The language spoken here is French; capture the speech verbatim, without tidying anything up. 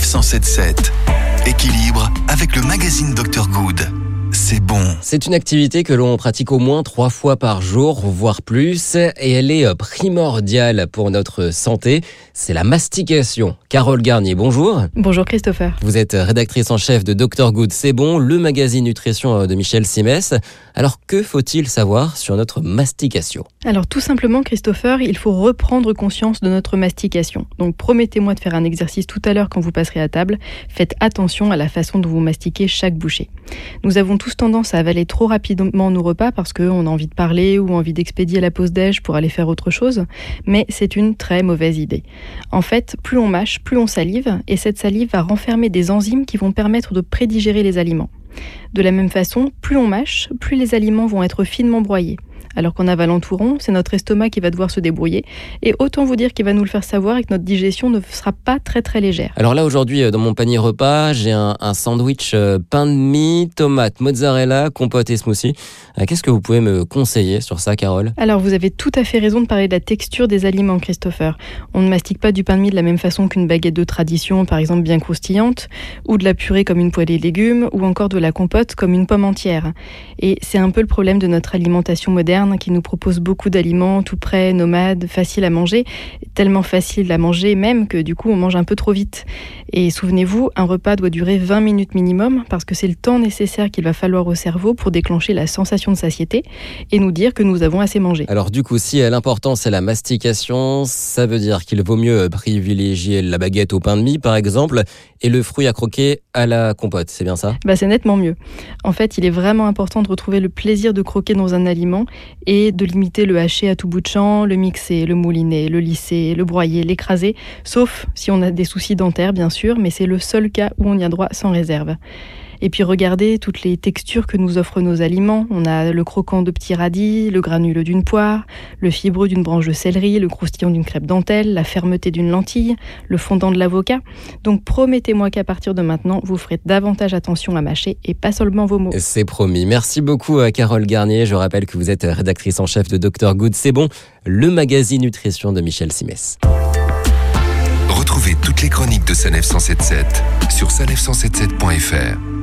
cent sept sept. Équilibre avec le magazine docteur Good. C'est bon. C'est une activité que l'on pratique au moins trois fois par jour, voire plus, et elle est primordiale pour notre santé. C'est la mastication. Carole Garnier, bonjour. Bonjour Christopher. Vous êtes rédactrice en chef de docteur Good, c'est bon, le magazine nutrition de Michel Simès. Alors que faut-il savoir sur notre mastication ? Alors tout simplement Christopher, il faut reprendre conscience de notre mastication. Donc promettez-moi de faire un exercice tout à l'heure quand vous passerez à table. Faites attention à la façon dont vous mastiquez chaque bouchée. Nous avons tous tendance à avaler trop rapidement nos repas parce qu'on a envie de parler ou envie d'expédier la pause déj pour aller faire autre chose, mais c'est une très mauvaise idée. En fait, plus on mâche, plus on salive, et cette salive va renfermer des enzymes qui vont permettre de prédigérer les aliments. De la même façon, plus on mâche, plus les aliments vont être finement broyés. Alors qu'en avalant tout rond, c'est notre estomac qui va devoir se débrouiller. Et autant vous dire qu'il va nous le faire savoir et que notre digestion ne sera pas très très légère. Alors là, aujourd'hui, dans mon panier repas, j'ai un, un sandwich euh, pain de mie, tomate, mozzarella, compote et smoothie. Euh, qu'est-ce que vous pouvez me conseiller sur ça, Carole ? Alors, vous avez tout à fait raison de parler de la texture des aliments, Christopher. On ne mastique pas du pain de mie de la même façon qu'une baguette de tradition, par exemple bien croustillante, ou de la purée comme une poêlée de légumes, ou encore de la compote comme une pomme entière. Et c'est un peu le problème de notre alimentation moderne, qui nous propose beaucoup d'aliments tout prêts, nomades, faciles à manger, tellement faciles à manger même que du coup on mange un peu trop vite. Et souvenez-vous, un repas doit durer vingt minutes minimum parce que c'est le temps nécessaire qu'il va falloir au cerveau pour déclencher la sensation de satiété et nous dire que nous avons assez mangé. Alors du coup, si l'important c'est la mastication, ça veut dire qu'il vaut mieux privilégier la baguette au pain de mie par exemple et le fruit à croquer à la compote, c'est bien ça ? Bah, c'est nettement mieux. En fait, il est vraiment important de retrouver le plaisir de croquer dans un aliment et de limiter le haché à tout bout de champ, le mixer, le mouliner, le lisser, le broyer, l'écraser, sauf si on a des soucis dentaires bien sûr, mais c'est le seul cas où on y a droit sans réserve. Et puis regardez toutes les textures que nous offrent nos aliments. On a le croquant de petits radis, le granuleux d'une poire, le fibreux d'une branche de céleri, le croustillant d'une crêpe dentelle, la fermeté d'une lentille, le fondant de l'avocat. Donc promettez-moi qu'à partir de maintenant, vous ferez davantage attention à mâcher et pas seulement vos mots. C'est promis. Merci beaucoup à Carole Garnier. Je rappelle que vous êtes rédactrice en chef de docteur Good, c'est bon, le magazine nutrition de Michel Simès. Retrouvez toutes les chroniques de Sanef cent soixante-dix-sept sur sanef cent soixante-dix-sept point f r.